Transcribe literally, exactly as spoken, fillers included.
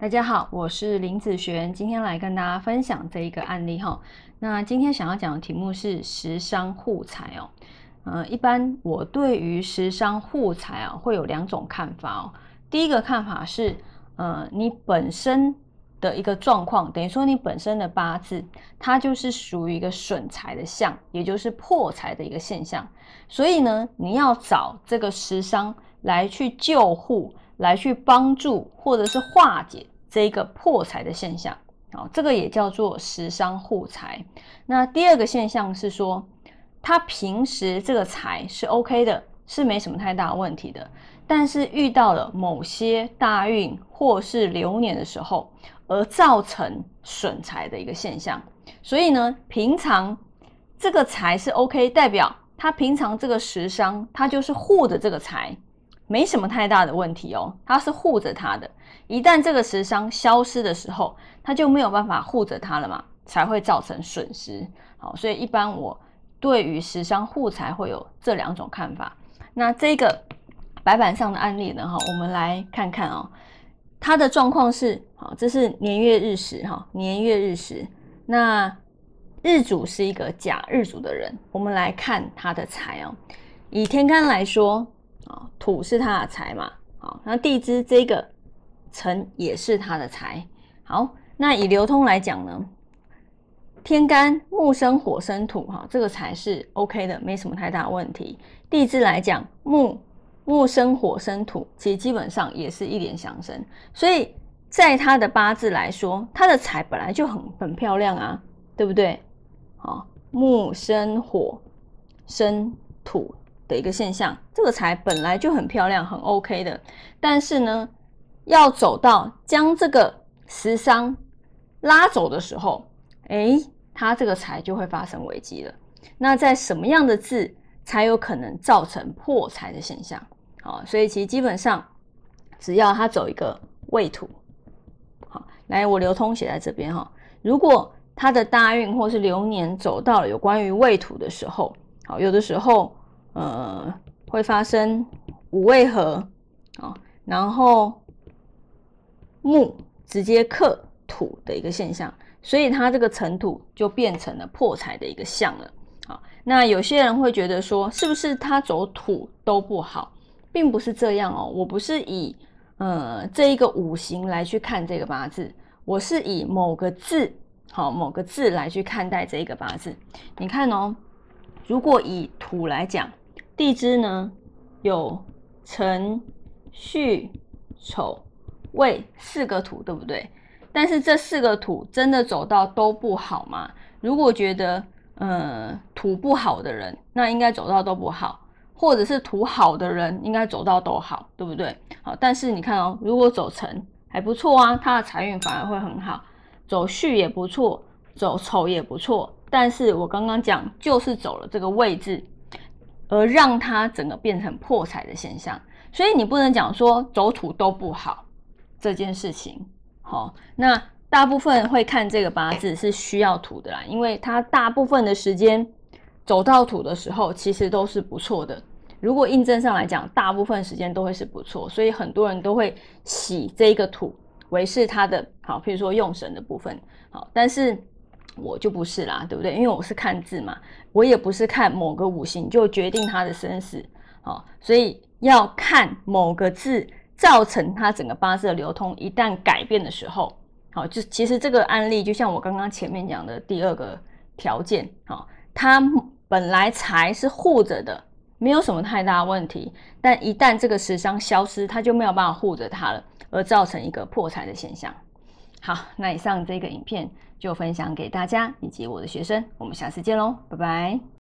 大家好，我是林子璇，今天来跟大家分享这一个案例哈。那今天想要讲的题目是食伤护财哦。呃，一般我对于食伤护财啊会有两种看法哦。第一个看法是，呃，你本身的一个状况，等于说你本身的八字，它就是属于一个损财的象，也就是破财的一个现象。所以呢，你要找这个食伤来去救护，来去帮助或者是化解这个破财的现象，好，这个也叫做食伤护财。那第二个现象是说，他平时这个财是 OK 的，是没什么太大问题的，但是遇到了某些大运或是流年的时候，而造成损财的一个现象。所以呢，平常这个财是 OK， 代表他平常这个食伤，他就是护的这个财。没什么太大的问题哦，它是护着它的。一旦这个食伤消失的时候，它就没有办法护着它了嘛，才会造成损失。好，所以一般我对于食伤护财会有这两种看法。那这个白板上的案例呢，我们来看看哦，它的状况是，好，这是年月日时哈，年月日时。那日主是一个甲日主的人，我们来看他的财哦。以天干来说，土是他的财嘛，好，那地支这个辰也是他的财。好，那以流通来讲呢，天干木生火生土，哈，这个财是 OK 的，没什么太大问题。地支来讲，木木生火生土，其实基本上也是一连相生，所以在他的八字来说，他的财本来就很很漂亮啊，对不对？好，木生火生土的一个现象，这个财本来就很漂亮，很 OK 的，但是呢，要走到将这个食伤拉走的时候，诶，它这个财就会发生危机了。那在什么样的字才有可能造成破财的现象？好，所以其实基本上只要它走一个未土，好，来我流通写在这边哈。如果它的大运或是流年走到了有关于未土的时候，好，有的时候。呃，会发生五位合，哦，然后木直接克土的一个现象，所以它这个辰土就变成了破财的一个象了。好，那有些人会觉得说，是不是他走土都不好？并不是这样哦，我不是以呃这一个五行来去看这个八字，我是以某个字，好，某个字来去看待这一个八字。你看哦，如果以土来讲，地支呢有辰、戌、丑、未四个土，对不对？但是这四个土真的走到都不好吗？如果觉得呃土不好的人，那应该走到都不好，或者是土好的人应该走到都好，对不对？好，但是你看哦，如果走辰还不错啊，他的财运反而会很好，走戌也不错，走丑也不错，但是我刚刚讲就是走了这个未字，而让它整个变成破财的现象，所以你不能讲说走土都不好这件事情。好，那大部分会看这个八字是需要土的啦，因为它大部分的时间走到土的时候，其实都是不错的。如果印证上来讲，大部分时间都会是不错，所以很多人都会喜这一个土为是他的好，譬如说用神的部分。好，但是我就不是啦，对不对？因为我是看字嘛，我也不是看某个五行就决定他的生死，哦，所以要看某个字造成他整个八字的流通一旦改变的时候，好，就其实这个案例就像我刚刚前面讲的第二个条件，哦，他本来财是护着的，没有什么太大问题，但一旦这个食伤消失，他就没有办法护着它了，而造成一个破财的现象。好，那以上这个影片就分享给大家以及我的学生，我们下次见咯，拜拜。